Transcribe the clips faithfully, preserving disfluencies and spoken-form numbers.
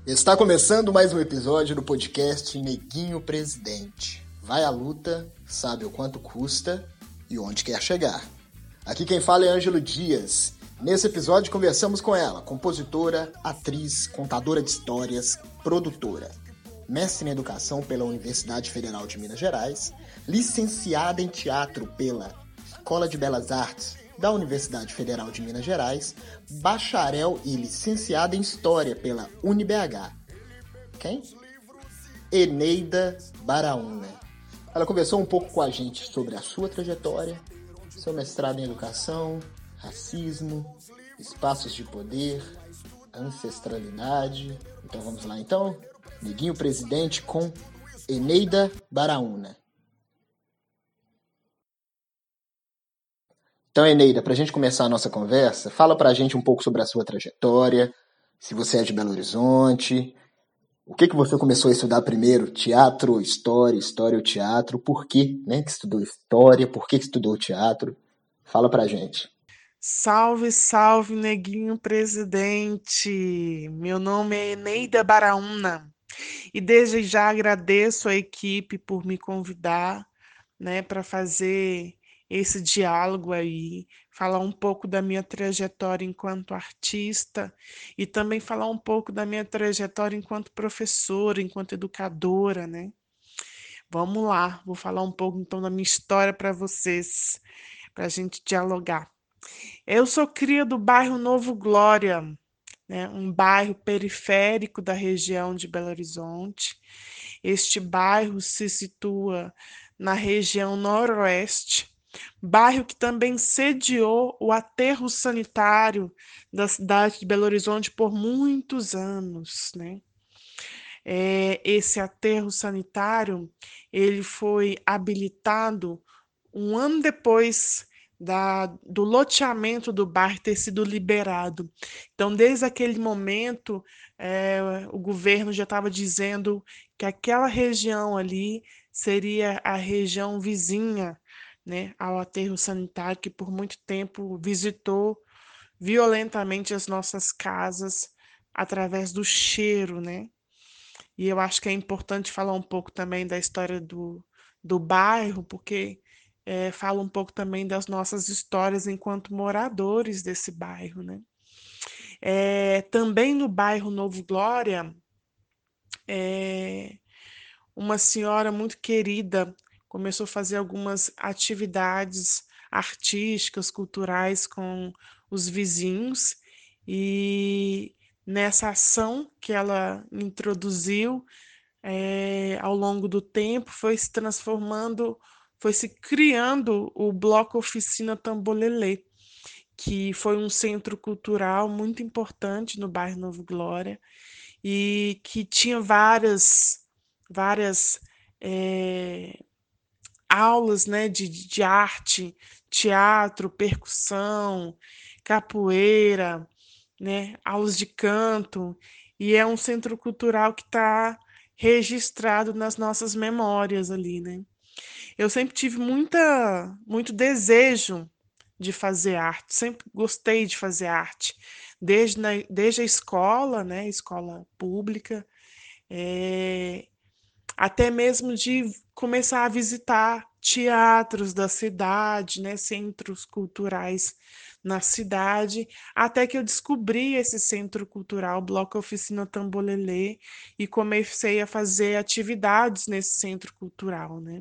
Está começando mais um episódio do podcast Neguinho Presidente. Vai à luta, sabe o quanto custa e onde quer chegar. Aqui quem fala é Ângelo Dias. Nesse episódio conversamos com ela, compositora, atriz, contadora de histórias, produtora, mestre em educação pela Universidade Federal de Minas Gerais, licenciada em teatro pela Escola de Belas Artes da Universidade Federal de Minas Gerais, bacharel e licenciada em História pela U N B H. Quem? Eneida Baraúna. Ela conversou um pouco com a gente sobre a sua trajetória, seu mestrado em Educação, racismo, espaços de poder, ancestralidade. Então vamos lá então? Neguinho Presidente com Eneida Baraúna. Então, Eneida, para a gente começar a nossa conversa, fala para a gente um pouco sobre a sua trajetória, se você é de Belo Horizonte, o que, que você começou a estudar primeiro? Teatro, história, história ou teatro? Por que, né, que estudou história? Por que, que estudou teatro? Fala para a gente. Salve, salve, Neguinho Presidente! Meu nome é Eneida Baraúna e desde já agradeço a equipe por me convidar, né, para fazer esse diálogo aí, falar um pouco da minha trajetória enquanto artista e também falar um pouco da minha trajetória enquanto professora, enquanto educadora, né? Vamos lá, vou falar um pouco então da minha história para vocês, para a gente dialogar. Eu sou cria do bairro Novo Glória, né, um bairro periférico da região de Belo Horizonte. Este bairro se situa na região noroeste, bairro que também sediou o aterro sanitário da cidade de Belo Horizonte por muitos anos, né? É, esse aterro sanitário ele foi habilitado um ano depois da, do loteamento do bairro ter sido liberado. Então, desde aquele momento, é, o governo já estava dizendo que aquela região ali seria a região vizinha, né, ao aterro sanitário, que por muito tempo visitou violentamente as nossas casas através do cheiro, né? E eu acho que é importante falar um pouco também da história do, do bairro, porque é, fala um pouco também das nossas histórias enquanto moradores desse bairro, né? É, também no bairro Novo Glória, é, uma senhora muito querida começou a fazer algumas atividades artísticas, culturais com os vizinhos, e nessa ação que ela introduziu, é, ao longo do tempo, foi se transformando, foi se criando o Bloco Oficina Tambolelê, que foi um centro cultural muito importante no bairro Novo Glória e que tinha várias, várias é, aulas, né, de, de arte, teatro, percussão, capoeira, né, aulas de canto, e é um centro cultural que está registrado nas nossas memórias ali, né? Eu sempre tive muita, muito desejo de fazer arte, sempre gostei de fazer arte, desde, na, desde a escola, né, escola pública, é, até mesmo de começar a visitar teatros da cidade, né, centros culturais na cidade, até que eu descobri esse centro cultural, Bloco Oficina Tambolelê, e comecei a fazer atividades nesse centro cultural, né?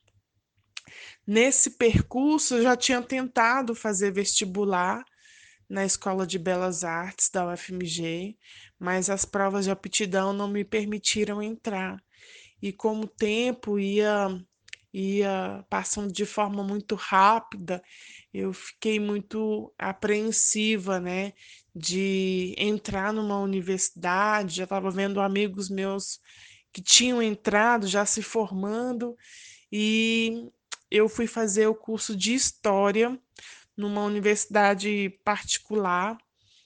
Nesse percurso, eu já tinha tentado fazer vestibular na Escola de Belas Artes da U F M G, mas as provas de aptidão não me permitiram entrar. E como o tempo ia ia passando de forma muito rápida, eu fiquei muito apreensiva, né, de entrar numa universidade. Já estava vendo amigos meus que tinham entrado, já se formando, e eu fui fazer o curso de História numa universidade particular.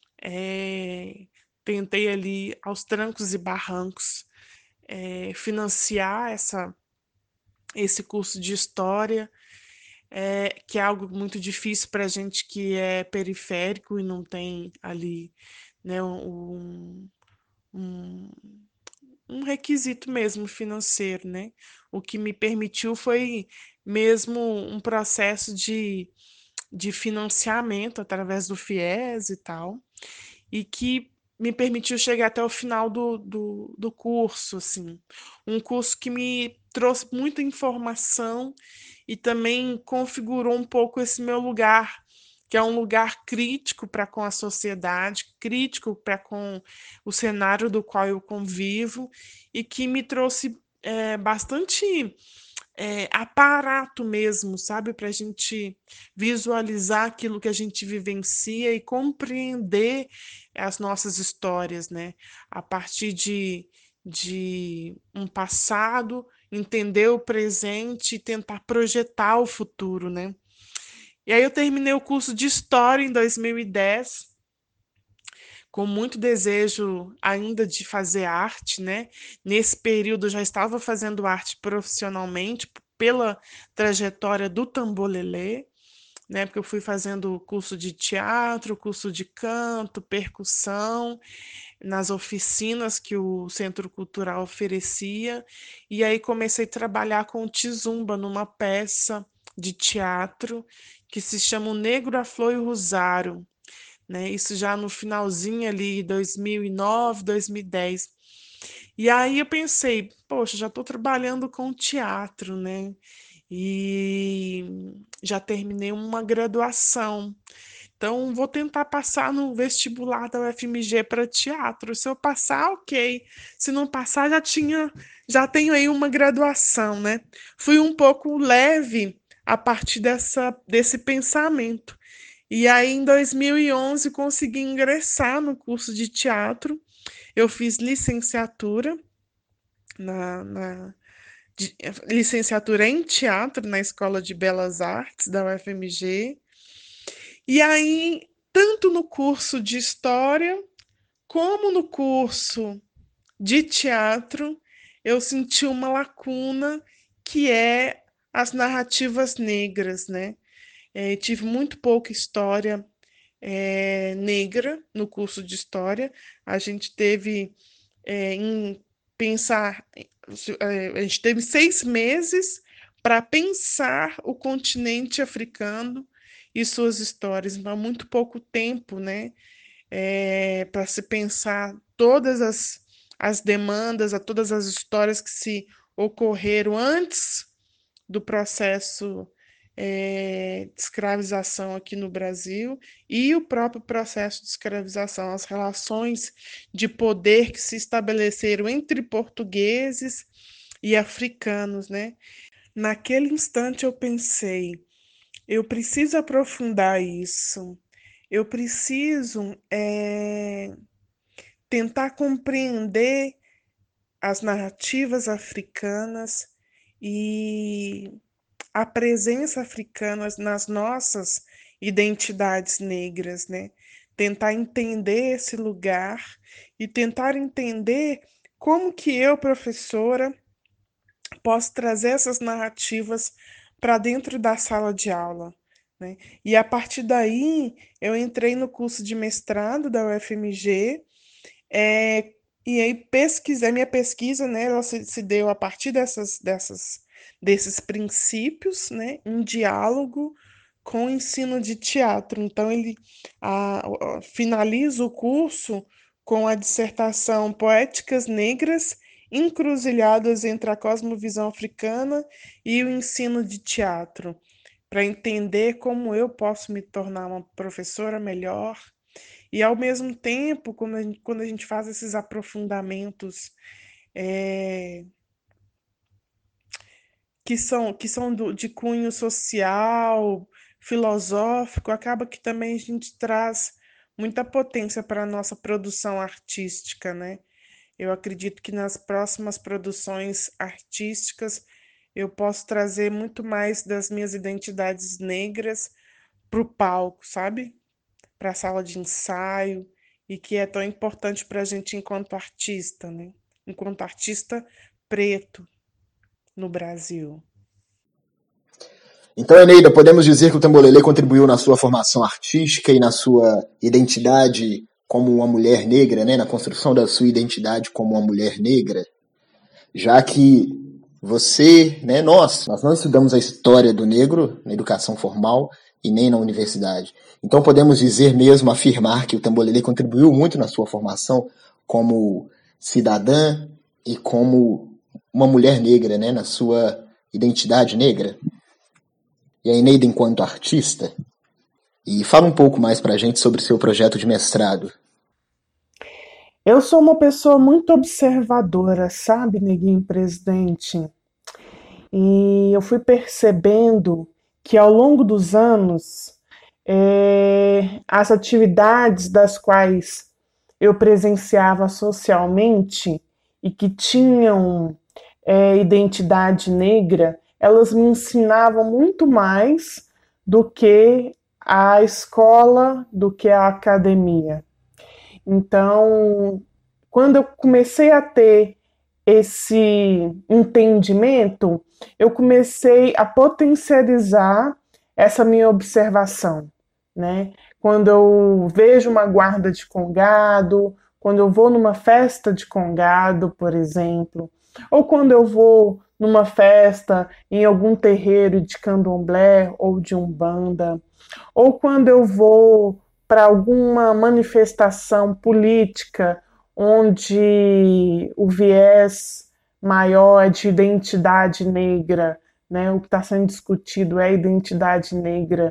É, tentei ali, aos trancos e barrancos, é, financiar essa, esse curso de História, é, que é algo muito difícil para a gente que é periférico e não tem ali, né, um, um, um requisito mesmo financeiro, né? O que me permitiu foi mesmo um processo de, de financiamento através do FIES e tal, e que me permitiu chegar até o final do, do, do curso, assim. Um curso que me trouxe muita informação e também configurou um pouco esse meu lugar, que é um lugar crítico para com a sociedade, crítico para com o cenário do qual eu convivo, e que me trouxe é, bastante é, aparato mesmo, sabe, para a gente visualizar aquilo que a gente vivencia e compreender as nossas histórias, né? A partir de, de um passado, entender o presente e tentar projetar o futuro, né? E aí eu terminei o curso de História em dois mil e dez, com muito desejo ainda de fazer arte, né? Nesse período eu já estava fazendo arte profissionalmente pela trajetória do Tambolelê, né? Porque eu fui fazendo curso de teatro, curso de canto, percussão, nas oficinas que o Centro Cultural oferecia, e aí comecei a trabalhar com o Tizumba numa peça de teatro que se chama O Negro, a Flor e o Rosário, né? Isso já no finalzinho ali, dois mil e nove, dois mil e dez. E aí eu pensei, poxa, já estou trabalhando com teatro, né? E já terminei uma graduação. Então, vou tentar passar no vestibular da U F M G para teatro. Se eu passar, ok. Se não passar, já tinha, já tenho aí uma graduação, né? Fui um pouco leve a partir dessa, desse pensamento. E aí, em dois mil e onze, consegui ingressar no curso de teatro. Eu fiz licenciatura na, na de- licenciatura em teatro na Escola de Belas Artes da U F M G. E aí, tanto no curso de história como no curso de teatro, eu senti uma lacuna que é as narrativas negras, né? É, tive muito pouca história é, negra no curso de história. A gente teve é, em pensar, é, a gente teve seis meses para pensar o continente africano e suas histórias. Então, há muito pouco tempo, né, é, para se pensar todas as, as demandas, a todas as histórias que se ocorreram antes do processo é, de escravização aqui no Brasil e o próprio processo de escravização, as relações de poder que se estabeleceram entre portugueses e africanos, né? Naquele instante eu pensei, eu preciso aprofundar isso, eu preciso é, tentar compreender as narrativas africanas e a presença africana nas nossas identidades negras, né? Tentar entender esse lugar e tentar entender como que eu, professora, posso trazer essas narrativas para dentro da sala de aula, né? E a partir daí eu entrei no curso de mestrado da U F M G, é, e aí pesquisei, minha pesquisa, né, ela se, se deu a partir dessas, dessas, desses princípios, né, em diálogo com o ensino de teatro. Então, ele a, a, finaliza o curso com a dissertação Poéticas Negras, encruzilhadas entre a cosmovisão africana e o ensino de teatro, para entender como eu posso me tornar uma professora melhor e, ao mesmo tempo, quando a gente, quando a gente faz esses aprofundamentos é, que são, que são do, de cunho social, filosófico, acaba que também a gente traz muita potência para a nossa produção artística, né? Eu acredito que nas próximas produções artísticas eu posso trazer muito mais das minhas identidades negras para o palco, sabe? Para a sala de ensaio, e que é tão importante para a gente enquanto artista, né? Enquanto artista preto no Brasil. Então, Eneida, podemos dizer que o Tambolelê contribuiu na sua formação artística e na sua identidade como uma mulher negra, né, na construção da sua identidade como uma mulher negra, já que você, né, nós, nós não estudamos a história do negro na educação formal e nem na universidade. Então podemos dizer mesmo, afirmar que o Tambolelê contribuiu muito na sua formação como cidadã e como uma mulher negra, né, na sua identidade negra. E a Eneida enquanto artista. E fala um pouco mais pra gente sobre o seu projeto de mestrado. Eu sou uma pessoa muito observadora, sabe, neguinho presidente? E eu fui percebendo que ao longo dos anos, é, as atividades das quais eu presenciava socialmente e que tinham é, identidade negra, elas me ensinavam muito mais do que a escola, do que a academia. Então, quando eu comecei a ter esse entendimento, eu comecei a potencializar essa minha observação, né? Quando eu vejo uma guarda de congado, quando eu vou numa festa de congado, por exemplo, ou quando eu vou numa festa em algum terreiro de candomblé ou de umbanda, ou quando eu vou para alguma manifestação política onde o viés maior é de identidade negra, né? O que está sendo discutido é a identidade negra,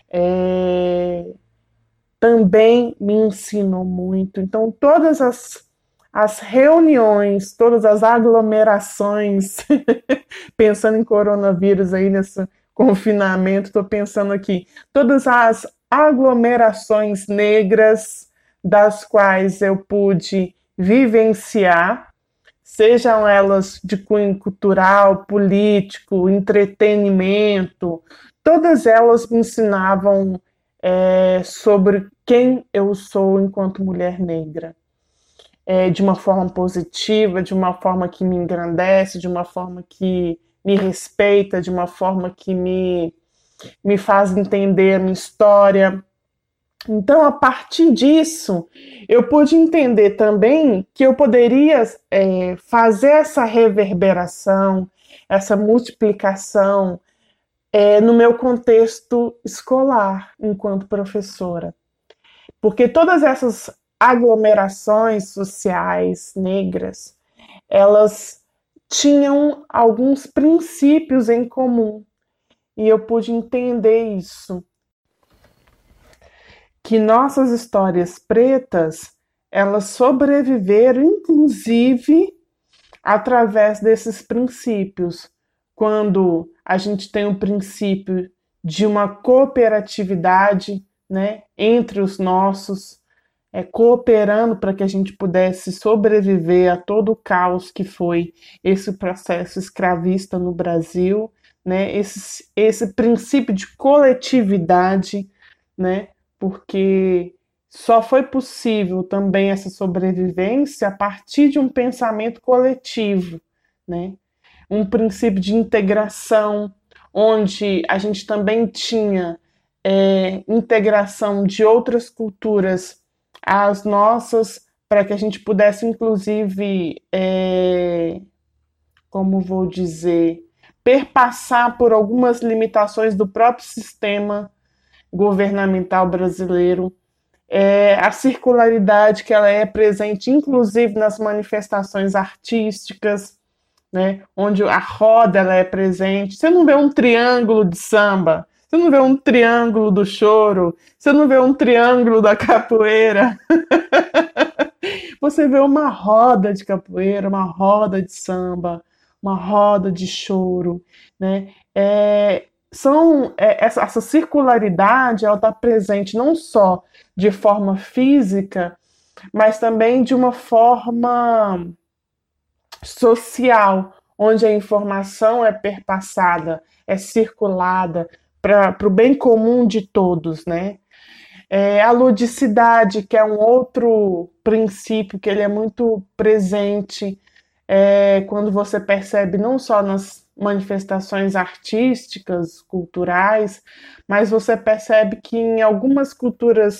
é... também me ensinou muito. Então, todas as, as reuniões, todas as aglomerações, pensando em coronavírus aí nesse confinamento, estou pensando aqui, todas as aglomerações negras das quais eu pude vivenciar, sejam elas de cunho cultural, político, entretenimento, todas elas me ensinavam é, sobre quem eu sou enquanto mulher negra. É, de uma forma positiva, de uma forma que me engrandece, de uma forma que me respeita, de uma forma que me, me faz entender a minha história. Então, a partir disso, eu pude entender também que eu poderia é, fazer essa reverberação, essa multiplicação é, no meu contexto escolar, enquanto professora. Porque todas essas aglomerações sociais negras, elas tinham alguns princípios em comum. E eu pude entender isso. Que nossas histórias pretas, elas sobreviveram, inclusive, através desses princípios. Quando a gente tem o princípio de uma cooperatividade, né, entre os nossos, é, cooperando para que a gente pudesse sobreviver a todo o caos que foi esse processo escravista no Brasil, né, esse, esse princípio de coletividade, né, porque só foi possível também essa sobrevivência a partir de um pensamento coletivo, né? Um princípio de integração, onde a gente também tinha é, integração de outras culturas às nossas, para que a gente pudesse, inclusive, é, como vou dizer, perpassar por algumas limitações do próprio sistema governamental brasileiro, é, a circularidade que ela é presente, inclusive nas manifestações artísticas, né, onde a roda ela é presente. Você não vê um triângulo de samba, você não vê um triângulo do choro, você não vê um triângulo da capoeira. Você vê uma roda de capoeira, uma roda de samba, uma roda de choro, né? É, são, é, essa, essa circularidade ela está presente não só de forma física, mas também de uma forma social, onde a informação é perpassada, é circulada para o bem comum de todos, né? É, a ludicidade, que é um outro princípio que ele é muito presente é, quando você percebe não só nas manifestações artísticas, culturais, mas você percebe que em algumas culturas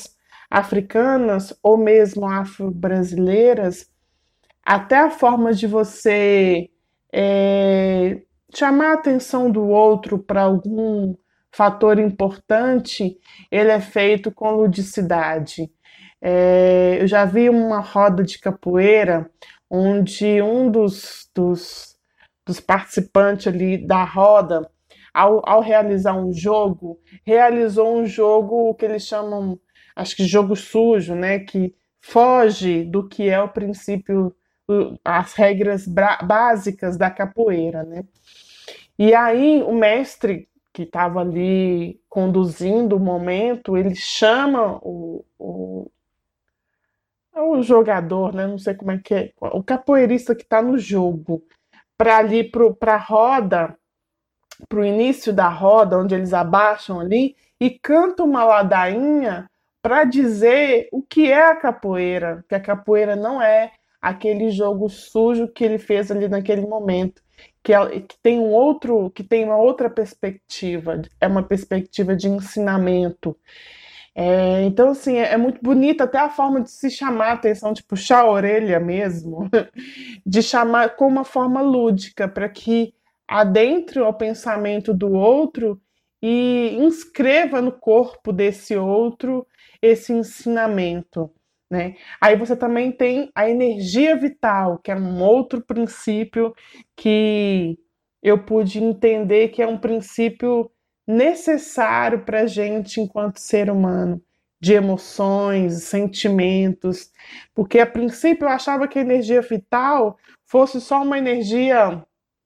africanas ou mesmo afro-brasileiras, até a forma de você é, chamar a atenção do outro para algum fator importante, ele é feito com ludicidade. É, eu já vi uma roda de capoeira onde um dos, dos, dos participantes ali da roda, ao, ao realizar um jogo, realizou um jogo que eles chamam, acho que jogo sujo, né? Que foge do que é o princípio, as regras básicas da capoeira, né? E aí o mestre que estava ali conduzindo o momento, ele chama o, o, o jogador, né? Não sei como é que é, o capoeirista que está no jogo, para ali para a roda, para o início da roda, onde eles abaixam ali e cantam uma ladainha para dizer o que é a capoeira, que a capoeira não é aquele jogo sujo que ele fez ali naquele momento, que, é, que tem um outro, que tem uma outra perspectiva, é uma perspectiva de ensinamento. É, então, assim, é, é muito bonita até a forma de se chamar a atenção, de puxar a orelha mesmo, de chamar com uma forma lúdica, para que adentre ao pensamento do outro e inscreva no corpo desse outro esse ensinamento, né? Aí você também tem a energia vital, que é um outro princípio que eu pude entender que é um princípio necessário para a gente enquanto ser humano, de emoções, sentimentos, porque a princípio eu achava que a energia vital fosse só uma energia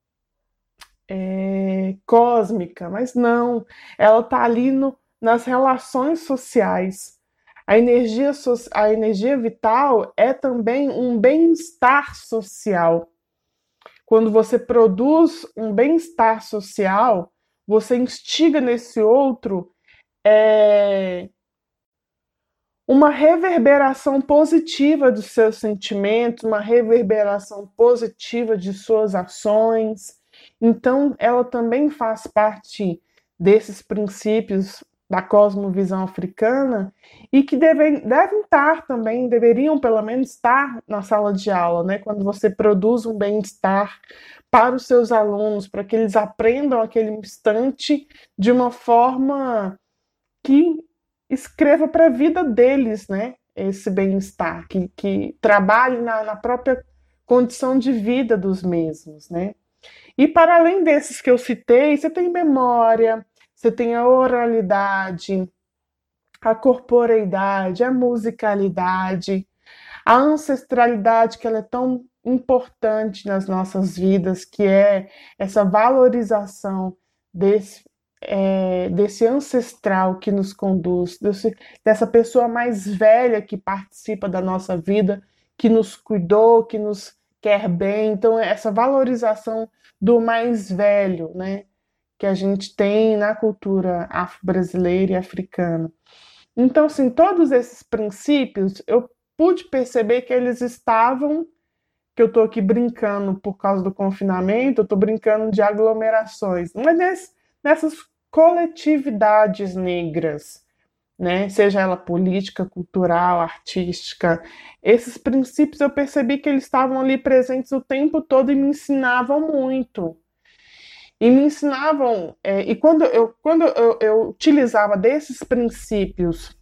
é, cósmica, mas não, ela está ali no, nas relações sociais. A energia, so, a energia vital é também um bem-estar social. Quando você produz um bem-estar social, você instiga nesse outro é, uma reverberação positiva dos seus sentimentos, uma reverberação positiva de suas ações. Então, ela também faz parte desses princípios da cosmovisão africana e que devem, devem estar também, deveriam pelo menos estar na sala de aula, né? Quando você produz um bem-estar para os seus alunos, para que eles aprendam aquele instante de uma forma que escreva para a vida deles, né? Esse bem-estar, que, que trabalhe na, na própria condição de vida dos mesmos, né? E para além desses que eu citei, você tem memória, você tem a oralidade, a corporeidade, a musicalidade, a ancestralidade, que ela é tão importante nas nossas vidas, que é essa valorização desse, é, desse ancestral que nos conduz, desse, dessa pessoa mais velha que participa da nossa vida, que nos cuidou, que nos quer bem. Então, essa valorização do mais velho, né, que a gente tem na cultura afro-brasileira e africana. Então, assim, todos esses princípios, eu pude perceber que eles estavam, que eu estou aqui brincando por causa do confinamento, eu estou brincando de aglomerações, mas nesse, nessas coletividades negras, né? Seja ela política, cultural, artística, esses princípios eu percebi que eles estavam ali presentes o tempo todo e me ensinavam muito. E me ensinavam, é, e quando, eu, quando eu, eu utilizava desses princípios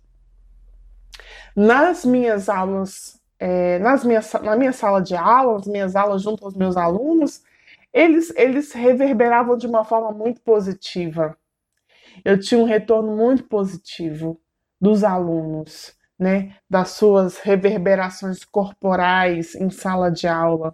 nas minhas aulas, é, nas minhas, na minha sala de aula, nas minhas aulas junto aos meus alunos, eles, eles reverberavam de uma forma muito positiva. Eu tinha um retorno muito positivo dos alunos, né, das suas reverberações corporais em sala de aula.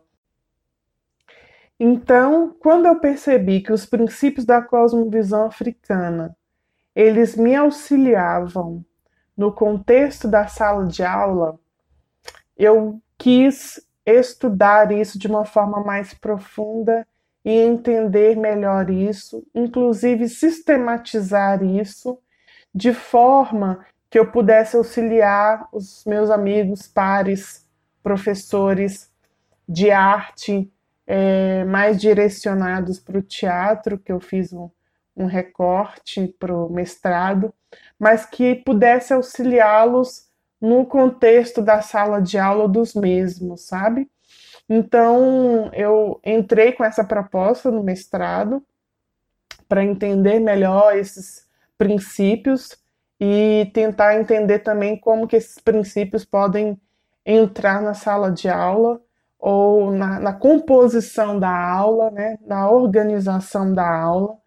Então, quando eu percebi que os princípios da cosmovisão africana, eles me auxiliavam no contexto da sala de aula, eu quis estudar isso de uma forma mais profunda e entender melhor isso, inclusive sistematizar isso de forma que eu pudesse auxiliar os meus amigos, pares, professores de arte, é, mais direcionados para o teatro, que eu fiz um, um recorte para o mestrado, mas que pudesse auxiliá-los no contexto da sala de aula dos mesmos, sabe? Então, eu entrei com essa proposta no mestrado para entender melhor esses princípios e tentar entender também como que esses princípios podem entrar na sala de aula ou na, na composição da aula, né, na organização da aula,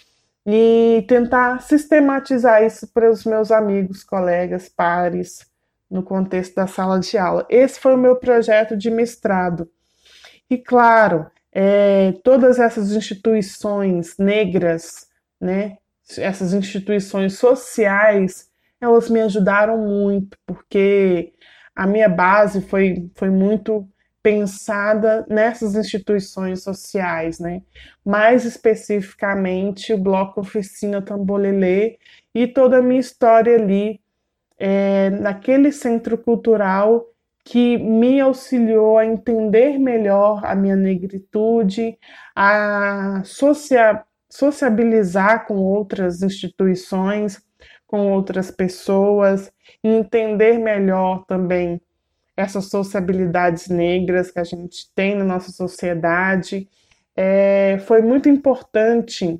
e tentar sistematizar isso para os meus amigos, colegas, pares, no contexto da sala de aula. Esse foi o meu projeto de mestrado. E claro, é, todas essas instituições negras, né, essas instituições sociais, elas me ajudaram muito, porque a minha base foi, foi muito pensada nessas instituições sociais, né? Mais especificamente o Bloco Oficina Tambolelê e toda a minha história ali é, naquele centro cultural que me auxiliou a entender melhor a minha negritude, a socia sociabilizar com outras instituições, com outras pessoas, e entender melhor também essas sociabilidades negras que a gente tem na nossa sociedade. É, foi muito importante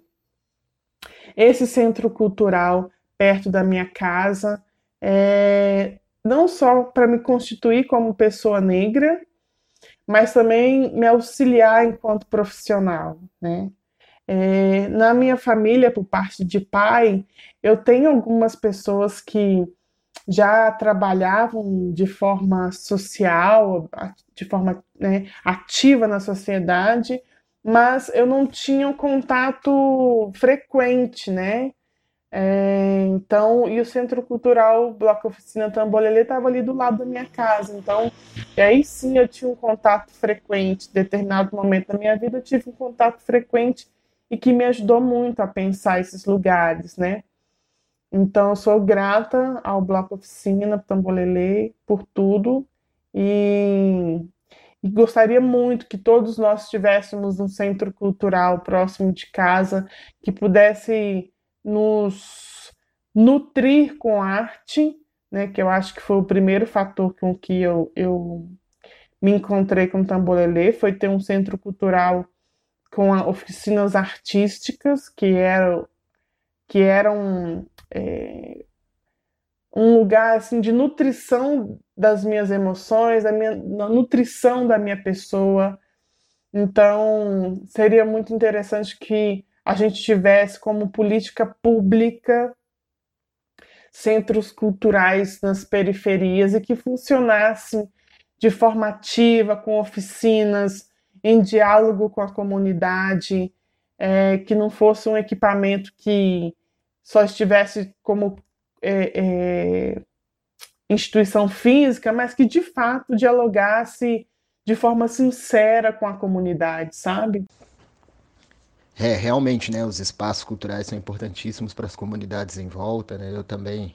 esse centro cultural perto da minha casa, é, não só para me constituir como pessoa negra, mas também me auxiliar enquanto profissional, né? É, na minha família, por parte de pai, eu tenho algumas pessoas que já trabalhavam de forma social, de forma, né, ativa na sociedade, mas eu não tinha um contato frequente, né? É, então, e o Centro Cultural Bloco Oficina Tambolelê estava ali do lado da minha casa. Então, e aí sim eu tinha um contato frequente. Em determinado momento da minha vida, eu tive um contato frequente e que me ajudou muito a pensar esses lugares, né? Então, eu sou grata ao Bloco Oficina Tambolelê por tudo e, e gostaria muito que todos nós tivéssemos um centro cultural próximo de casa que pudesse nos nutrir com arte, né, que eu acho que foi o primeiro fator com que eu, eu me encontrei com o Tambolelê, foi ter um centro cultural com oficinas artísticas que eram, que eram é, um lugar assim, de nutrição das minhas emoções, da minha da nutrição da minha pessoa. Então, seria muito interessante que a gente tivesse como política pública centros culturais nas periferias e que funcionassem de forma ativa, com oficinas, em diálogo com a comunidade, é, que não fosse um equipamento que só estivesse como é, é, instituição física, mas que de fato dialogasse de forma sincera com a comunidade, sabe? É, realmente, né, os espaços culturais são importantíssimos para as comunidades em volta, né? Eu também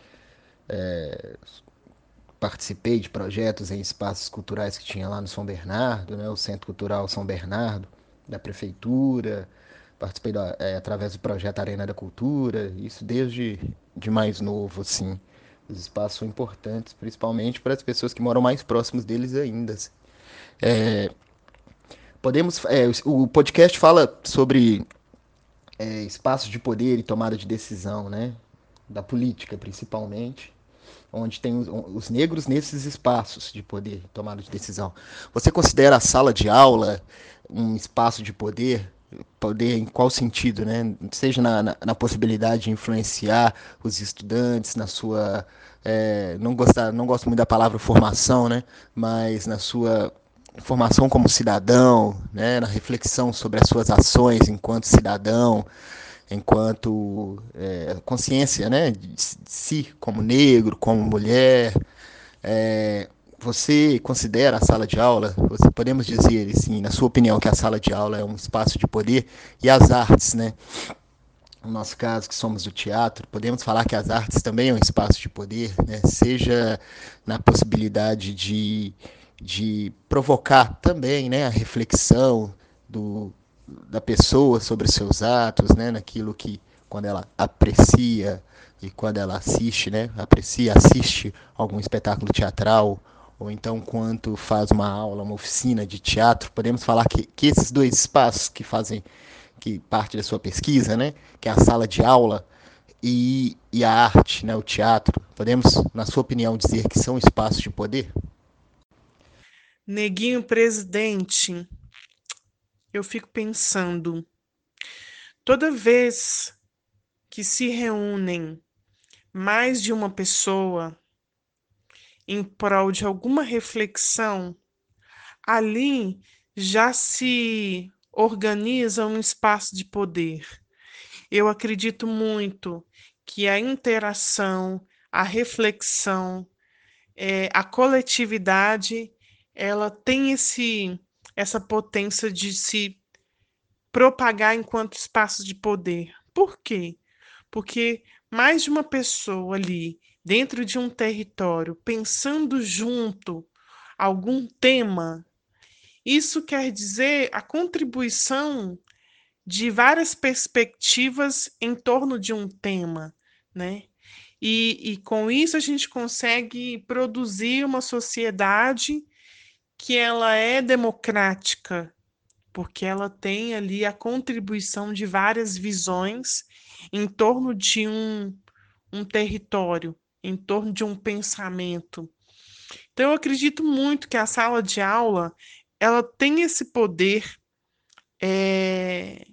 participei de projetos em espaços culturais que tinha lá no São Bernardo, né, o Centro Cultural São Bernardo, da Prefeitura, participei da, é, através do projeto Arena da Cultura, isso desde de mais novo, assim. Os espaços são importantes, principalmente para as pessoas que moram mais próximos deles ainda. Assim. É, podemos, é, o podcast fala sobre é, espaços de poder e tomada de decisão, né? Da política, principalmente, onde tem os, os negros nesses espaços de poder, tomada de decisão. Você considera a sala de aula um espaço de poder? Poder em qual sentido, né? Seja na, na, na possibilidade de influenciar os estudantes na sua... É, não, gostar, não gosto muito da palavra formação, né? Mas na sua formação como cidadão, né? Na reflexão sobre as suas ações enquanto cidadão, enquanto é, consciência, né, de, de si como negro, como mulher. É, você considera a sala de aula, você podemos dizer, assim, na sua opinião, que a sala de aula é um espaço de poder, e as artes, né? No nosso caso, que somos do teatro, podemos falar que as artes também é um espaço de poder, né? Seja na possibilidade de, de provocar também, né, a reflexão do, da pessoa sobre os seus atos, né, naquilo que quando ela aprecia e quando ela assiste, né? Aprecia, assiste algum espetáculo teatral, ou então quando faz uma aula, uma oficina de teatro. Podemos falar que, que esses dois espaços que fazem que parte da sua pesquisa, né? Que é a sala de aula e, e a arte, né? O teatro. Podemos, na sua opinião, dizer que são espaços de poder? Neguinho presidente, eu fico pensando, toda vez que se reúnem mais de uma pessoa em prol de alguma reflexão, ali já se organiza um espaço de poder. Eu acredito muito que a interação, a reflexão, eh, a coletividade, ela tem esse, essa potência de se propagar enquanto espaço de poder. Por quê? Porque mais de uma pessoa ali, dentro de um território, pensando junto algum tema, isso quer dizer a contribuição de várias perspectivas em torno de um tema, né? E, e com isso a gente consegue produzir uma sociedade que ela é democrática, porque ela tem ali a contribuição de várias visões em torno de um, um território, em torno de um pensamento. Então, eu acredito muito que a sala de aula ela tem esse poder é,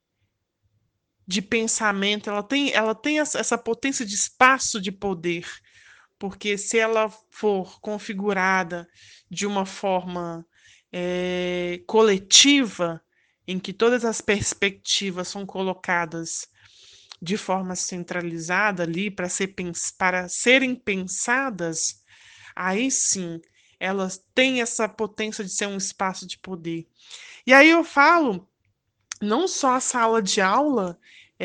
de pensamento, ela tem, ela tem essa, essa potência de espaço de poder, porque se ela for configurada de uma forma é, coletiva, em que todas as perspectivas são colocadas de forma centralizada ali para ser, para serem pensadas, aí sim elas têm essa potência de ser um espaço de poder. E aí eu falo não só a sala de aula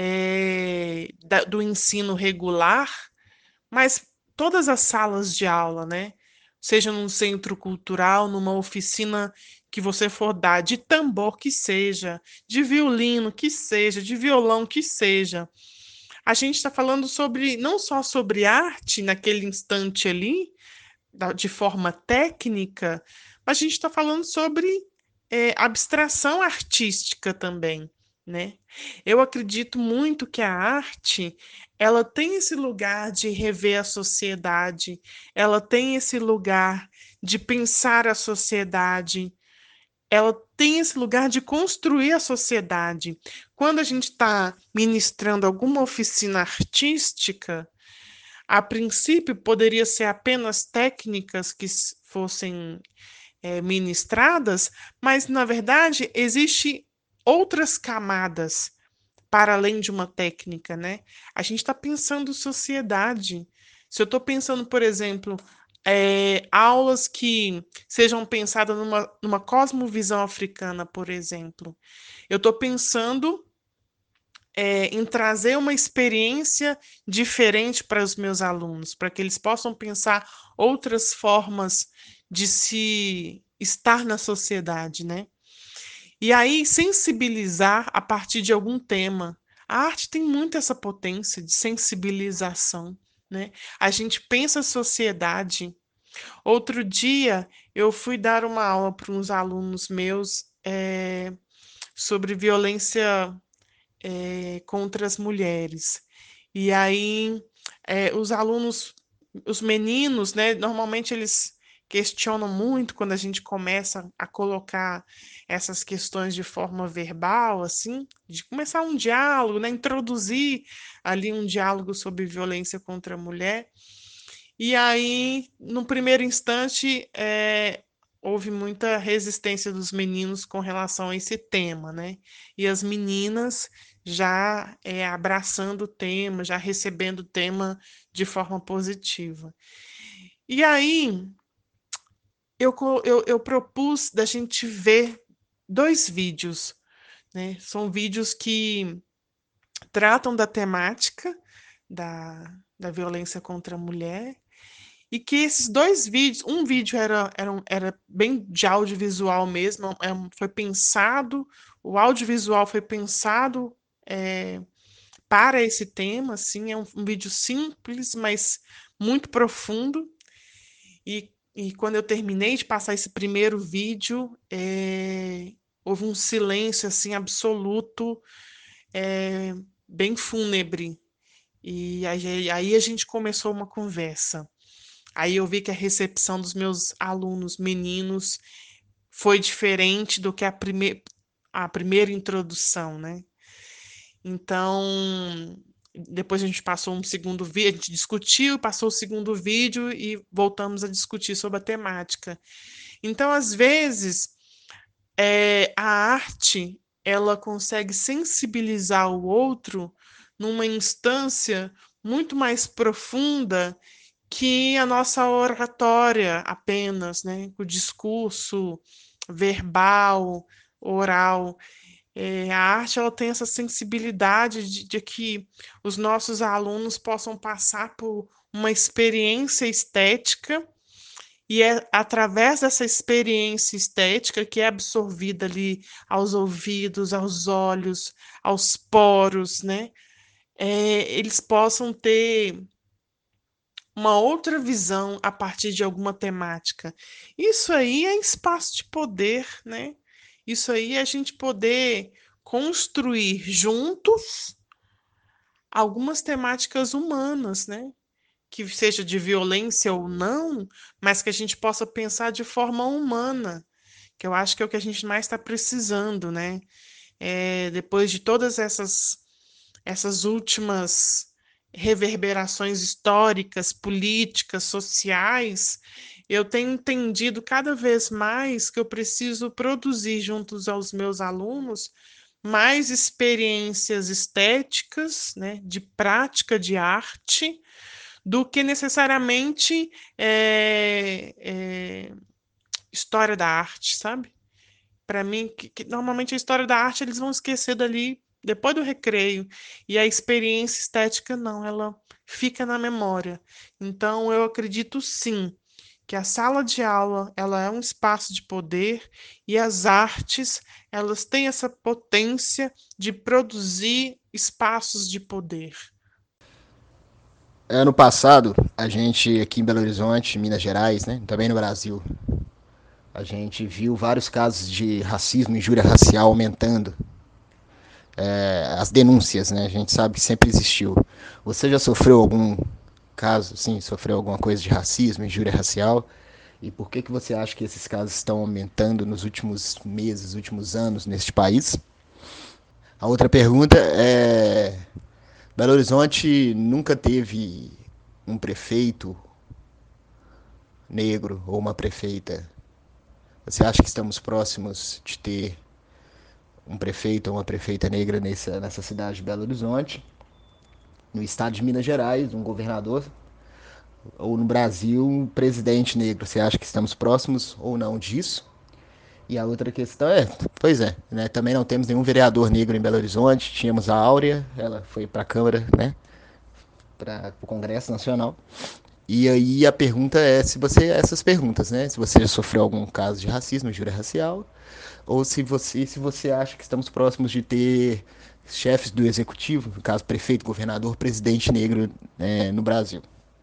é, da, do ensino regular, mas todas as salas de aula, né? Seja num centro cultural, numa oficina que você for dar, de tambor que seja, de violino que seja, de violão que seja. A gente está falando sobre não só sobre arte naquele instante ali, de forma técnica, mas a gente está falando sobre é, abstração artística também, né? Eu acredito muito que a arte ela tem esse lugar de rever a sociedade, ela tem esse lugar de pensar a sociedade, ela tem esse lugar de construir a sociedade. Quando a gente está ministrando alguma oficina artística, a princípio poderia ser apenas técnicas que fossem é, ministradas, mas na verdade existe outras camadas para além de uma técnica, né? A gente está pensando sociedade. Se eu estou pensando, por exemplo, é, aulas que sejam pensadas numa, numa cosmovisão africana, por exemplo, eu estou pensando é, em trazer uma experiência diferente para os meus alunos, para que eles possam pensar outras formas de se estar na sociedade, né? E aí sensibilizar a partir de algum tema. A arte tem muito essa potência de sensibilização, né? A gente pensa a sociedade. Outro dia eu fui dar uma aula para uns alunos meus é, sobre violência é, contra as mulheres. E aí, é, os alunos, os meninos, né, normalmente eles questionam muito quando a gente começa a colocar essas questões de forma verbal, assim, de começar um diálogo, né, introduzir ali um diálogo sobre violência contra a mulher. E aí, no primeiro instante, é, houve muita resistência dos meninos com relação a esse tema, né? E as meninas já é, abraçando o tema, já recebendo o tema de forma positiva. E aí, eu, co- eu, eu propus da gente ver dois vídeos, né? São vídeos que tratam da temática da, da violência contra a mulher. E que esses dois vídeos, um vídeo era, era, um- era bem de audiovisual mesmo, é um- foi pensado, o audiovisual foi pensado para esse tema, assim, é um, um vídeo simples, mas muito profundo. E, e quando eu terminei de passar esse primeiro vídeo, é, houve um silêncio assim absoluto, é, bem fúnebre. E aí, aí a gente começou uma conversa. Aí eu vi que a recepção dos meus alunos meninos foi diferente do que a, prime a primeira introdução, né? Então, depois a gente passou um segundo vídeo, a gente discutiu, passou o segundo vídeo e voltamos a discutir sobre a temática. Então, às vezes, é, a arte ela consegue sensibilizar o outro numa instância muito mais profunda que a nossa oratória apenas, né? O discurso verbal, oral. É, a arte ela tem essa sensibilidade de, de que os nossos alunos possam passar por uma experiência estética e é através dessa experiência estética que é absorvida ali aos ouvidos, aos olhos, aos poros, né? É, eles possam ter uma outra visão a partir de alguma temática. Isso aí é espaço de poder, né? Isso aí é a gente poder construir juntos algumas temáticas humanas, né? Que seja de violência ou não, mas que a gente possa pensar de forma humana, que eu acho que é o que a gente mais está precisando, né? É, depois de todas essas, essas últimas reverberações históricas, políticas, sociais, eu tenho entendido cada vez mais que eu preciso produzir juntos aos meus alunos mais experiências estéticas, né, de prática de arte, do que necessariamente é, é, história da arte, sabe? Para mim, que, que normalmente a história da arte eles vão esquecer dali depois do recreio. E a experiência estética não, ela fica na memória. Então, eu acredito sim que a sala de aula ela é um espaço de poder e as artes elas têm essa potência de produzir espaços de poder. Ano passado, a gente aqui em Belo Horizonte, Minas Gerais, né, também no Brasil, a gente viu vários casos de racismo e injúria racial aumentando. É, as denúncias, né? A gente sabe que sempre existiu. Você já sofreu algum caso, sim, sofreu alguma coisa de racismo, injúria racial? E por que que você acha que esses casos estão aumentando nos últimos meses, últimos anos neste país? A outra pergunta é: Belo Horizonte nunca teve um prefeito negro ou uma prefeita. Você acha que estamos próximos de ter um prefeito ou uma prefeita negra nessa, nessa cidade de Belo Horizonte? No estado de Minas Gerais, um governador, ou no Brasil, um presidente negro. Você acha que estamos próximos ou não disso? E a outra questão é, pois é, né, também não temos nenhum vereador negro em Belo Horizonte. Tínhamos a Áurea, ela foi para a Câmara, né, para o Congresso Nacional. E aí a pergunta é se você, essas perguntas, né, se você já sofreu algum caso de racismo, injúria racial, ou se você, se você acha que estamos próximos de ter chefes do executivo, no caso prefeito, governador, presidente negro, é, no Brasil.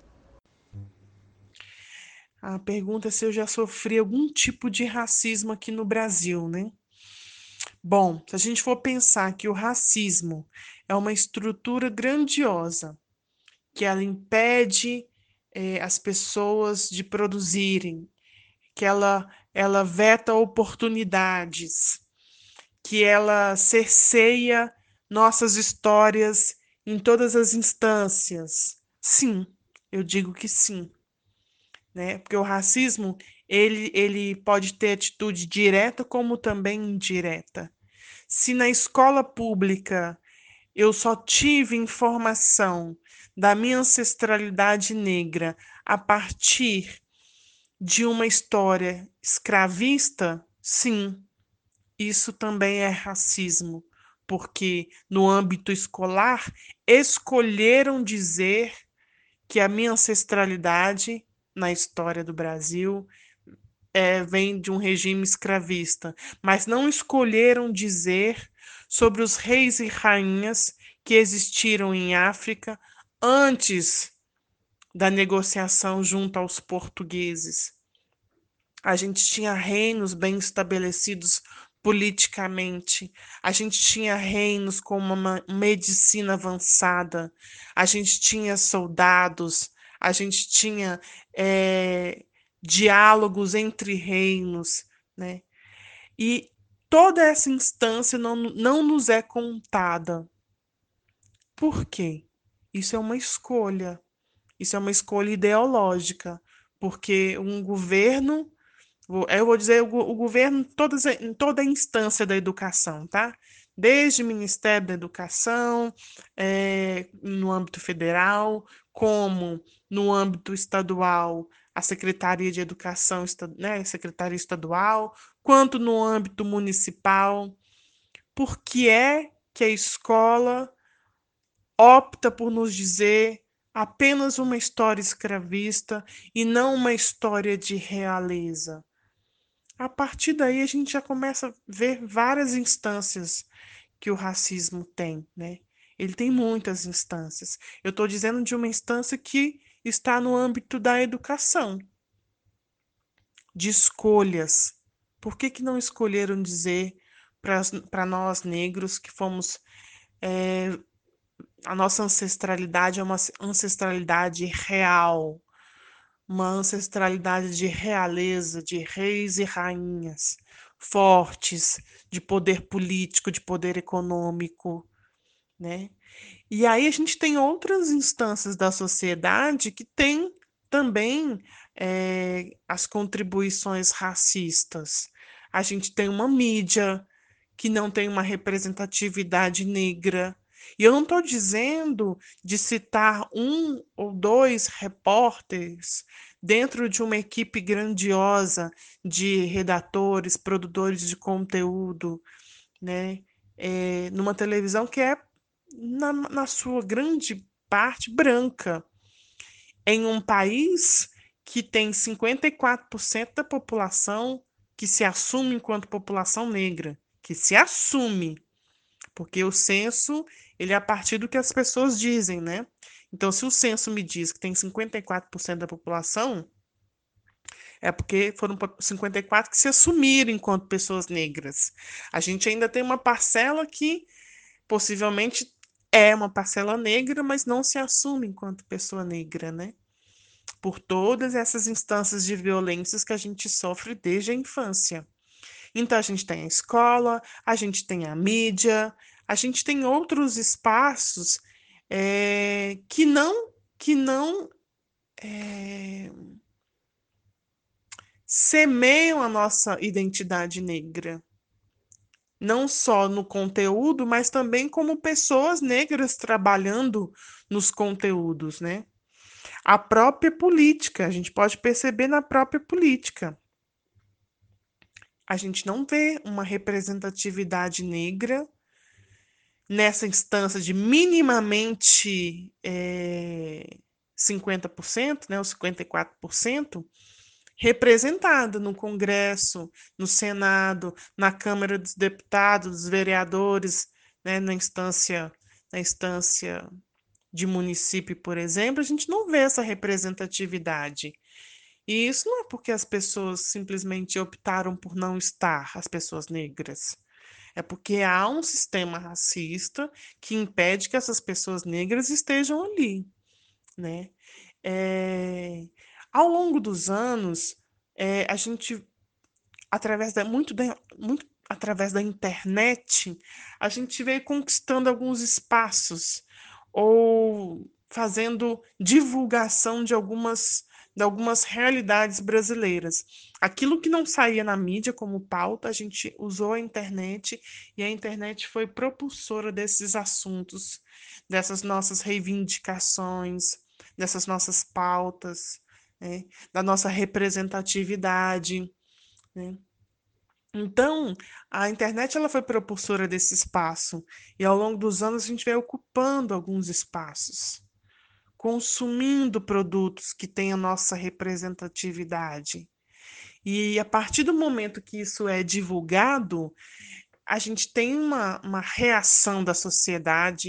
A pergunta é se eu já sofri algum tipo de racismo aqui no Brasil, né? Bom, se a gente for pensar que o racismo é uma estrutura grandiosa, que ela impede eh, as pessoas de produzirem, que ela, ela veta oportunidades, que ela cerceia nossas histórias em todas as instâncias. Sim, eu digo que sim, né? Porque o racismo ele, ele pode ter atitude direta como também indireta. Se na escola pública eu só tive informação da minha ancestralidade negra a partir de uma história escravista, sim, isso também é racismo, porque no âmbito escolar escolheram dizer que a minha ancestralidade na história do Brasil é, vem de um regime escravista, mas não escolheram dizer sobre os reis e rainhas que existiram em África antes da negociação junto aos portugueses. A gente tinha reinos bem estabelecidos politicamente, a gente tinha reinos com uma medicina avançada, a gente tinha soldados, a gente tinha é, diálogos entre reinos, né? E toda essa instância não, não nos é contada. Por quê? Isso é uma escolha. Isso é uma escolha ideológica, porque um governo, eu vou dizer o, o governo todas, em toda a instância da educação, tá? Desde o Ministério da Educação, é, no âmbito federal, como no âmbito estadual, a Secretaria de Educação, né, Secretaria Estadual, quanto no âmbito municipal. Por que é que a escola opta por nos dizer apenas uma história escravista e não uma história de realeza? A partir daí a gente já começa a ver várias instâncias que o racismo tem, né? Ele tem muitas instâncias. Eu estou dizendo de uma instância que está no âmbito da educação, de escolhas. Por que que não escolheram dizer para nós negros que fomos é, a nossa ancestralidade é uma ancestralidade real, uma ancestralidade de realeza, de reis e rainhas fortes, de poder político, de poder econômico, né? E aí a gente tem outras instâncias da sociedade que têm também é, as contribuições racistas. A gente tem uma mídia que não tem uma representatividade negra. E eu não estou dizendo de citar um ou dois repórteres dentro de uma equipe grandiosa de redatores, produtores de conteúdo, né? É, numa televisão que é, na, na sua grande parte, branca, em um país que tem cinquenta e quatro por cento da população que se assume enquanto população negra, que se assume, porque o censo, ele é a partir do que as pessoas dizem, né? Então, se o censo me diz que tem cinquenta e quatro por cento da população, é porque foram cinquenta e quatro que se assumiram enquanto pessoas negras. A gente ainda tem uma parcela que possivelmente é uma parcela negra, mas não se assume enquanto pessoa negra, né? Por todas essas instâncias de violências que a gente sofre desde a infância. Então, a gente tem a escola, a gente tem a mídia, a gente tem outros espaços é, que não, que não é, semeiam a nossa identidade negra. Não só no conteúdo, mas também como pessoas negras trabalhando nos conteúdos, né? A própria política, a gente pode perceber na própria política. A gente não vê uma representatividade negra nessa instância de minimamente é, cinquenta por cento, né, ou cinquenta e quatro por cento, representada no Congresso, no Senado, na Câmara dos Deputados, dos vereadores, né, na instância, na instância de município, por exemplo, a gente não vê essa representatividade. E isso não é porque as pessoas simplesmente optaram por não estar, as pessoas negras. É porque há um sistema racista que impede que essas pessoas negras estejam ali, né? É, ao longo dos anos, é, a gente, através da, muito, da, muito através da internet, a gente veio conquistando alguns espaços ou fazendo divulgação de algumas, de algumas realidades brasileiras. Aquilo que não saía na mídia como pauta, a gente usou a internet e a internet foi propulsora desses assuntos, dessas nossas reivindicações, dessas nossas pautas, né, da nossa representatividade, né? Então, a internet ela foi propulsora desse espaço e ao longo dos anos a gente vai ocupando alguns espaços, consumindo produtos que têm a nossa representatividade. E a partir do momento que isso é divulgado, a gente tem uma, uma reação da sociedade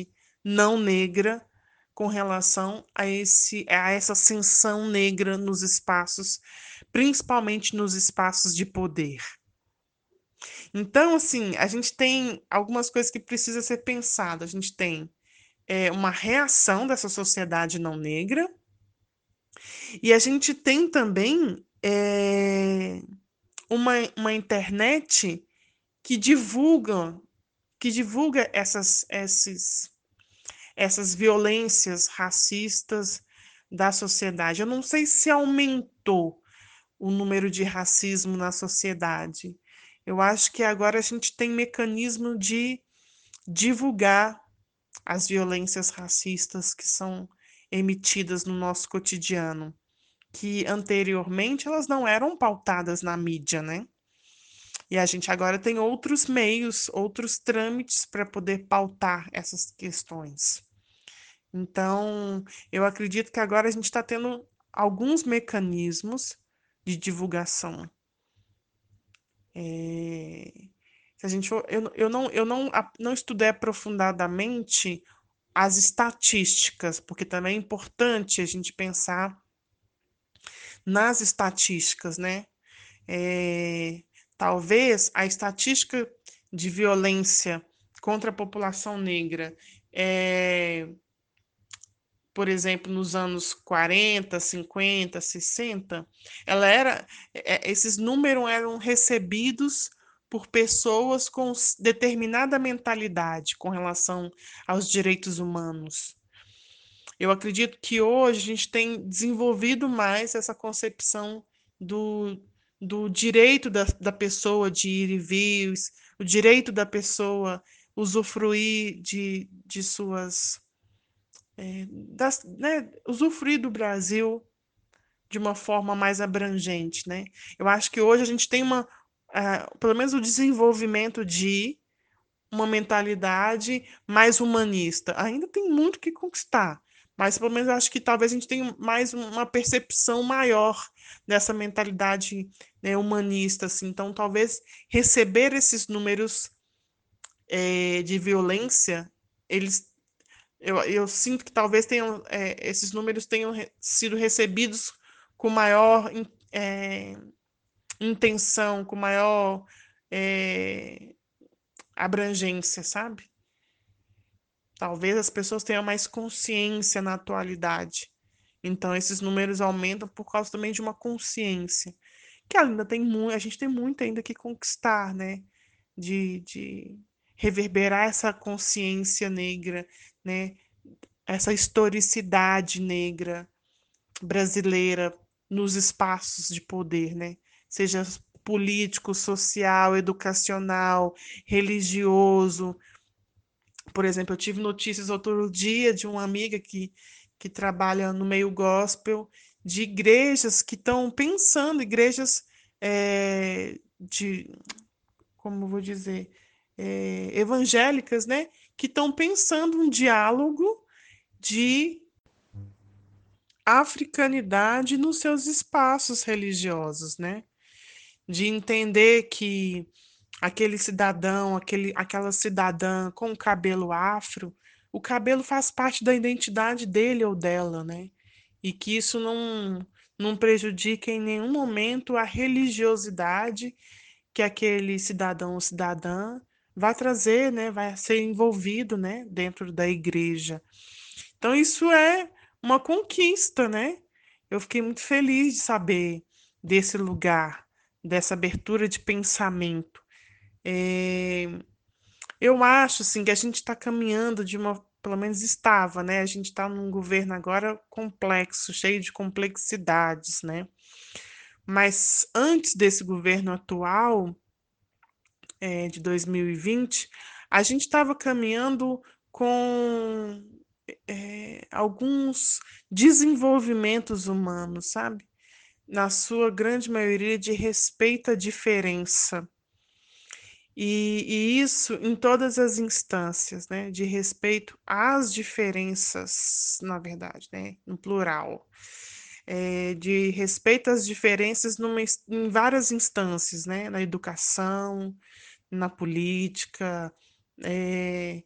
não negra com relação a, esse, a essa ascensão negra nos espaços, principalmente nos espaços de poder. Então, assim, a gente tem algumas coisas que precisam ser pensadas. A gente tem é, uma reação dessa sociedade não negra, e a gente tem também é, uma, uma internet que divulga, que divulga essas, esses, essas violências racistas da sociedade. Eu não sei se aumentou o número de racismo na sociedade. Eu acho que agora a gente tem mecanismo de divulgar as violências racistas que são emitidas no nosso cotidiano, que anteriormente elas não eram pautadas na mídia, né? E a gente agora tem outros meios, outros trâmites para poder pautar essas questões. Então, eu acredito que agora a gente está tendo alguns mecanismos de divulgação. É, se a gente for, eu, eu, não, eu não, não estudei aprofundadamente as estatísticas, porque também é importante a gente pensar nas estatísticas, né? É, talvez a estatística de violência contra a população negra, é, por exemplo, nos anos quarenta, cinquenta, sessenta, ela era, é, esses números eram recebidos por pessoas com determinada mentalidade com relação aos direitos humanos. Eu acredito que hoje a gente tem desenvolvido mais essa concepção do, do direito da, da pessoa de ir e vir, o direito da pessoa usufruir de, de suas. É, das, né, usufruir do Brasil de uma forma mais abrangente, né? Eu acho que hoje a gente tem uma, uh, pelo menos o desenvolvimento de uma mentalidade mais humanista. Ainda tem muito que conquistar, mas pelo menos acho que talvez a gente tenha mais uma percepção maior dessa mentalidade, né, humanista, assim. Então, talvez receber esses números é, de violência, eles, eu, eu sinto que talvez tenham, é, esses números tenham re sido recebidos com maior é, intenção, com maior é, abrangência, sabe? Talvez as pessoas tenham mais consciência na atualidade. Então, esses números aumentam por causa também de uma consciência. Que ainda tem muito, a gente tem muito ainda que conquistar, né? De, de reverberar essa consciência negra, né? Essa historicidade negra brasileira nos espaços de poder, né? Seja político, social, educacional, religioso. Por exemplo, eu tive notícias outro dia de uma amiga que, que trabalha no meio gospel, de igrejas que estão pensando, igrejas é, de, como eu vou dizer, é, evangélicas, né? Que estão pensando um diálogo de africanidade nos seus espaços religiosos, né? De entender que aquele cidadão, aquele, aquela cidadã com o cabelo afro, o cabelo faz parte da identidade dele ou dela, né? E que isso não, não prejudica em nenhum momento a religiosidade que aquele cidadão ou cidadã vai trazer, né? Vai ser envolvido, né? Dentro da igreja. Então isso é uma conquista, né? Eu fiquei muito feliz de saber desse lugar, dessa abertura de pensamento. É, eu acho assim, que a gente está caminhando de uma, pelo menos estava, né? A gente está num governo agora complexo, cheio de complexidades, né? Mas antes desse governo atual, é, de dois mil e vinte, a gente estava caminhando com é, alguns desenvolvimentos humanos, sabe? Na sua grande maioria de respeito à diferença. E, e isso em todas as instâncias, né? De respeito às diferenças, na verdade, né? No plural. É, de respeito às diferenças numa, em várias instâncias, né? Na educação, na política, é,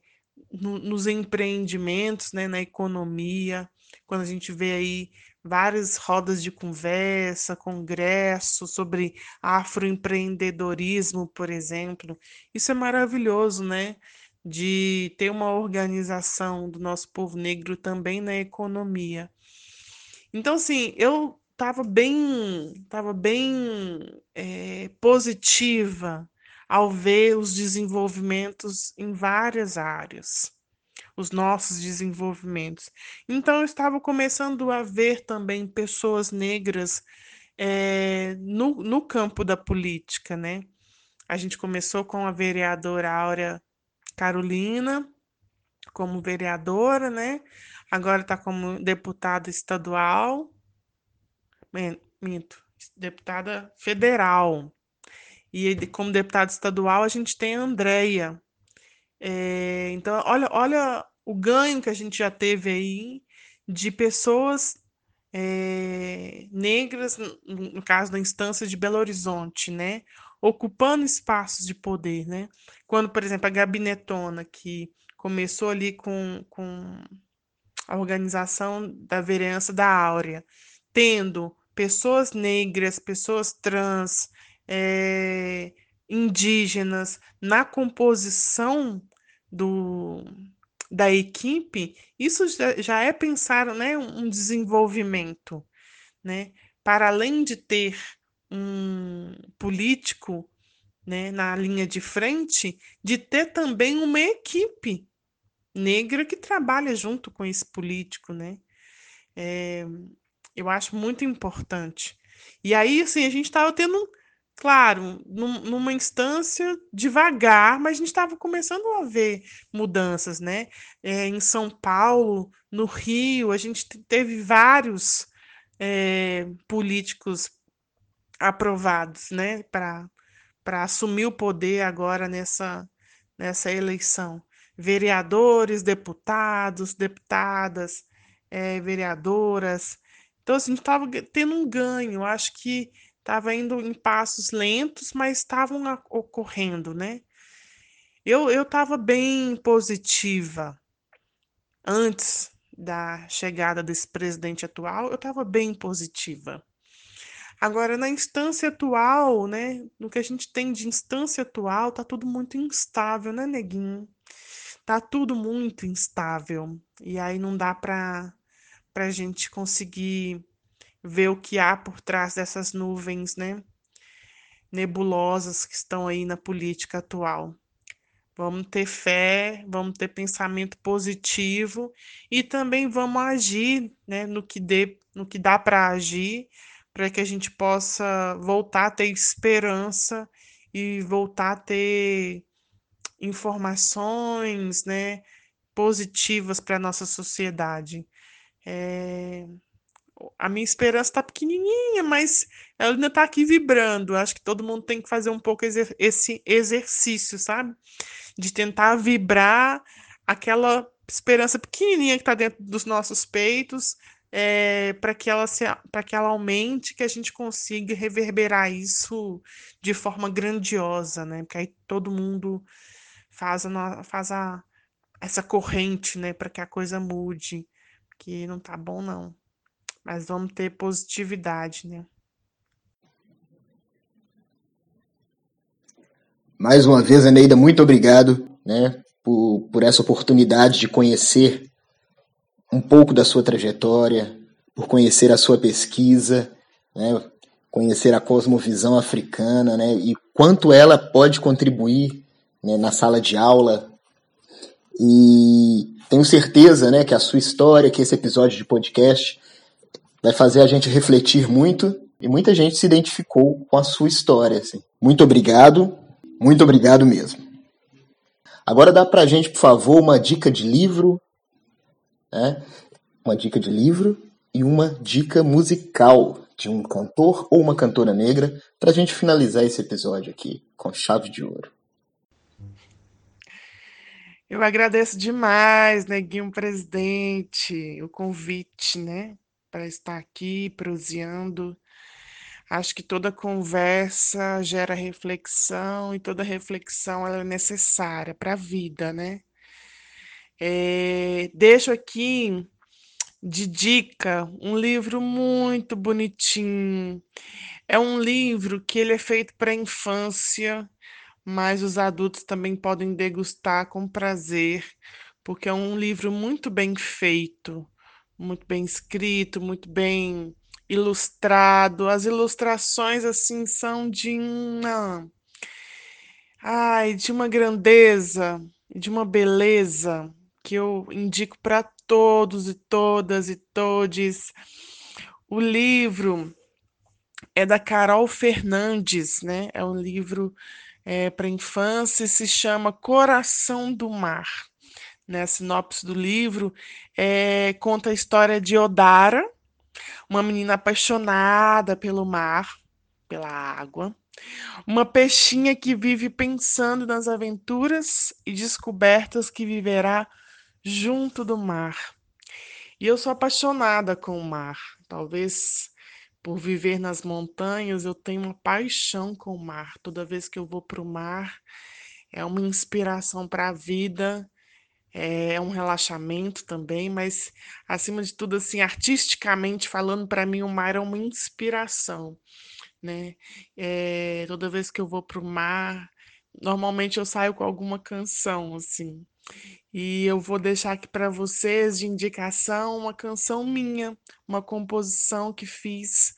no, nos empreendimentos, né, na economia, quando a gente vê aí várias rodas de conversa, congressos sobre afroempreendedorismo, por exemplo. Isso é maravilhoso, né? De ter uma organização do nosso povo negro também na economia. Então, assim, eu estava bem, tava bem eh, positiva ao ver os desenvolvimentos em várias áreas, os nossos desenvolvimentos. Então, eu estava começando a ver também pessoas negras eh, no, no campo da política, né? A gente começou com a vereadora Áurea Carolina como vereadora, né? Agora está como deputada estadual, men- minto, deputada federal. E de- como deputada estadual, a gente tem a Andréia. É, então, olha, olha o ganho que a gente já teve aí de pessoas é, negras, no, no caso da instância de Belo Horizonte, né? Ocupando espaços de poder, né? Quando, por exemplo, a Gabinetona, que começou ali com, com a organização da vereança da Áurea, tendo pessoas negras, pessoas trans, eh, indígenas na composição do, da equipe, isso já, já é pensar, né, um desenvolvimento, né? Para além de ter um político, né, na linha de frente, de ter também uma equipe negra que trabalha junto com esse político, né? É, eu acho muito importante. E aí, assim, a gente estava tendo, claro, num- numa instância devagar, mas a gente estava começando a ver mudanças, né? É, em São Paulo, no Rio, a gente te- teve vários é, políticos aprovados, né, para para assumir o poder agora nessa, nessa eleição. Vereadores, deputados, deputadas, eh, vereadoras. Então, assim, a gente estava tendo um ganho. Eu acho que estava indo em passos lentos, mas estavam a- ocorrendo, né? Eu eu estava bem positiva antes da chegada desse presidente atual. Eu estava bem positiva. Agora, na instância atual, né, no que a gente tem de instância atual, tá tudo muito instável, né, neguinho? Tá tudo muito instável. E aí não dá para para a gente conseguir ver o que há por trás dessas nuvens, né, nebulosas que estão aí na política atual. Vamos ter fé, vamos ter pensamento positivo e também vamos agir, né, no que dê, no que dá para agir, para que a gente possa voltar a ter esperança e voltar a ter informações, né, positivas para a nossa sociedade. É, a minha esperança está pequenininha, mas ela ainda está aqui vibrando. Acho que todo mundo tem que fazer um pouco exer- esse exercício, sabe? De tentar vibrar aquela esperança pequenininha que está dentro dos nossos peitos, é, para que ela se, para que ela aumente, que a gente consiga reverberar isso de forma grandiosa, né? Porque aí todo mundo faz a, no- faz a, essa corrente, né, para que a coisa mude, que não tá bom não. Mas vamos ter positividade, né? Mais uma vez, Eneida, muito obrigado, né, por, por essa oportunidade de conhecer um pouco da sua trajetória, por conhecer a sua pesquisa, né, conhecer a cosmovisão africana, né, e quanto ela pode contribuir, né, na sala de aula. E tenho certeza, né, que a sua história, que esse episódio de podcast vai fazer a gente refletir muito e muita gente se identificou com a sua história. Assim. Muito obrigado, muito obrigado mesmo. Agora dá pra gente, por favor, uma dica de livro, né? Uma dica de livro e uma dica musical de um cantor ou uma cantora negra pra gente finalizar esse episódio aqui com chave de ouro. Eu agradeço demais, Neguinho Presidente, o convite, né, para estar aqui proseando. Acho que toda conversa gera reflexão e toda reflexão ela é necessária para a vida, né? É, deixo aqui de dica um livro muito bonitinho. É um livro que ele é feito para a infância, mas os adultos também podem degustar com prazer, porque é um livro muito bem feito, muito bem escrito, muito bem ilustrado. As ilustrações assim são de uma, ai, de uma grandeza, de uma beleza que eu indico para todos e todas e todes. O livro é da Carol Fernandes, né? É um livro é, para infância e se chama Coração do Mar. Né? A sinopse do livro é, conta a história de Odara, uma menina apaixonada pelo mar, pela água, uma peixinha que vive pensando nas aventuras e descobertas que viverá junto do mar. E eu sou apaixonada com o mar. Talvez por viver nas montanhas, eu tenho uma paixão com o mar. Toda vez que eu vou para o mar, é uma inspiração para a vida, é um relaxamento também, mas acima de tudo, assim, artisticamente falando, para mim o mar é uma inspiração, né? É, toda vez que eu vou para o mar, normalmente eu saio com alguma canção, assim. E eu vou deixar aqui para vocês de indicação uma canção minha, uma composição que fiz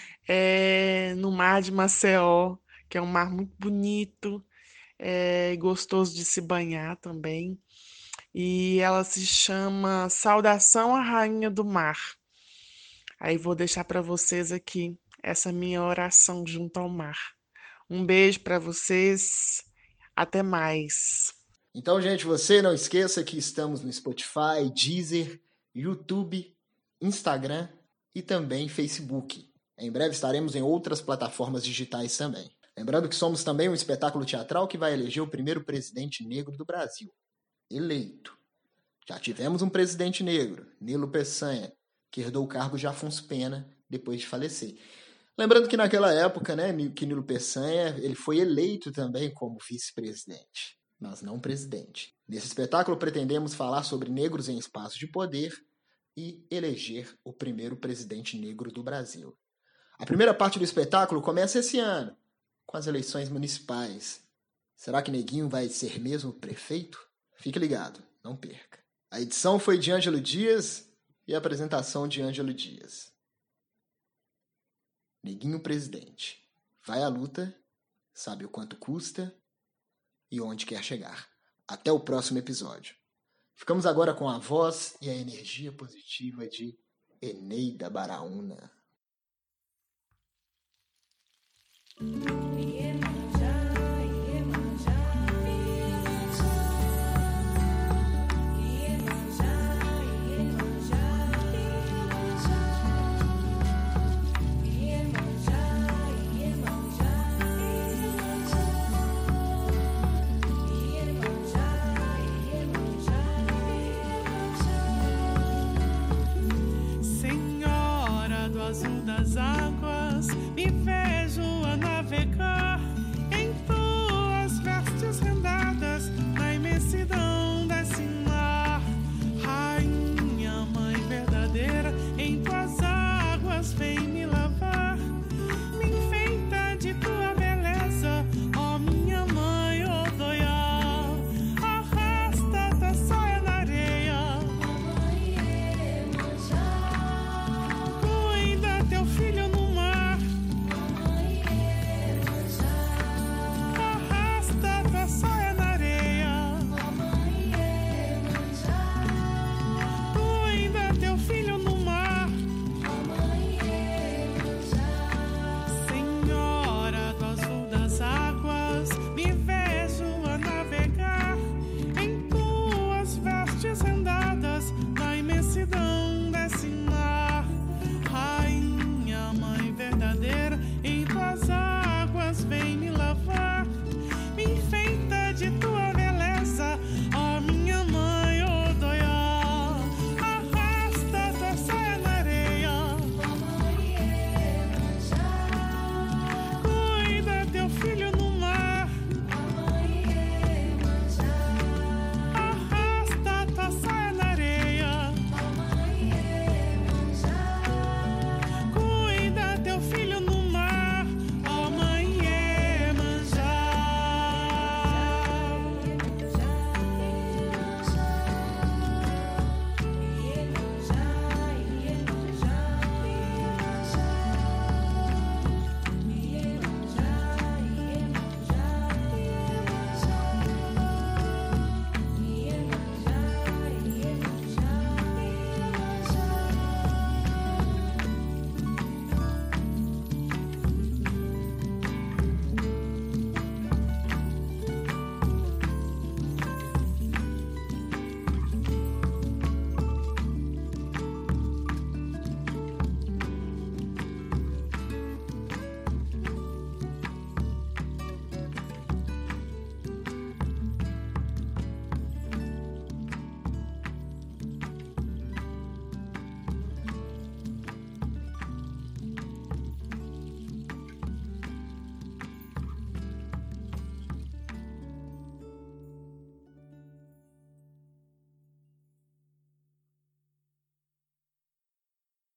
é, no mar de Maceió, que é um mar muito bonito, é, gostoso de se banhar também. E ela se chama Saudação à Rainha do Mar. Aí vou deixar para vocês aqui essa minha oração junto ao mar. Um beijo para vocês. Até mais. Então, gente, você não esqueça que estamos no Spotify, Deezer, YouTube, Instagram e também Facebook. Em breve estaremos em outras plataformas digitais também. Lembrando que somos também um espetáculo teatral que vai eleger o primeiro presidente negro do Brasil. Eleito. Já tivemos um presidente negro, Nilo Peçanha, que herdou o cargo de Afonso Pena depois de falecer. Lembrando que naquela época, né, que Nilo Peçanha ele foi eleito também como vice-presidente, mas não presidente. Nesse espetáculo pretendemos falar sobre negros em espaços de poder e eleger o primeiro presidente negro do Brasil. A primeira parte do espetáculo começa esse ano, com as eleições municipais. Será que Neguinho vai ser mesmo prefeito? Fique ligado, não perca. A edição foi de Ângelo Dias e a apresentação de Ângelo Dias. Neguinho presidente. Vai à luta, sabe o quanto custa e onde quer chegar. Até o próximo episódio. Ficamos agora com a voz e a energia positiva de Eneida Baraúna. Senhora do azul das águas,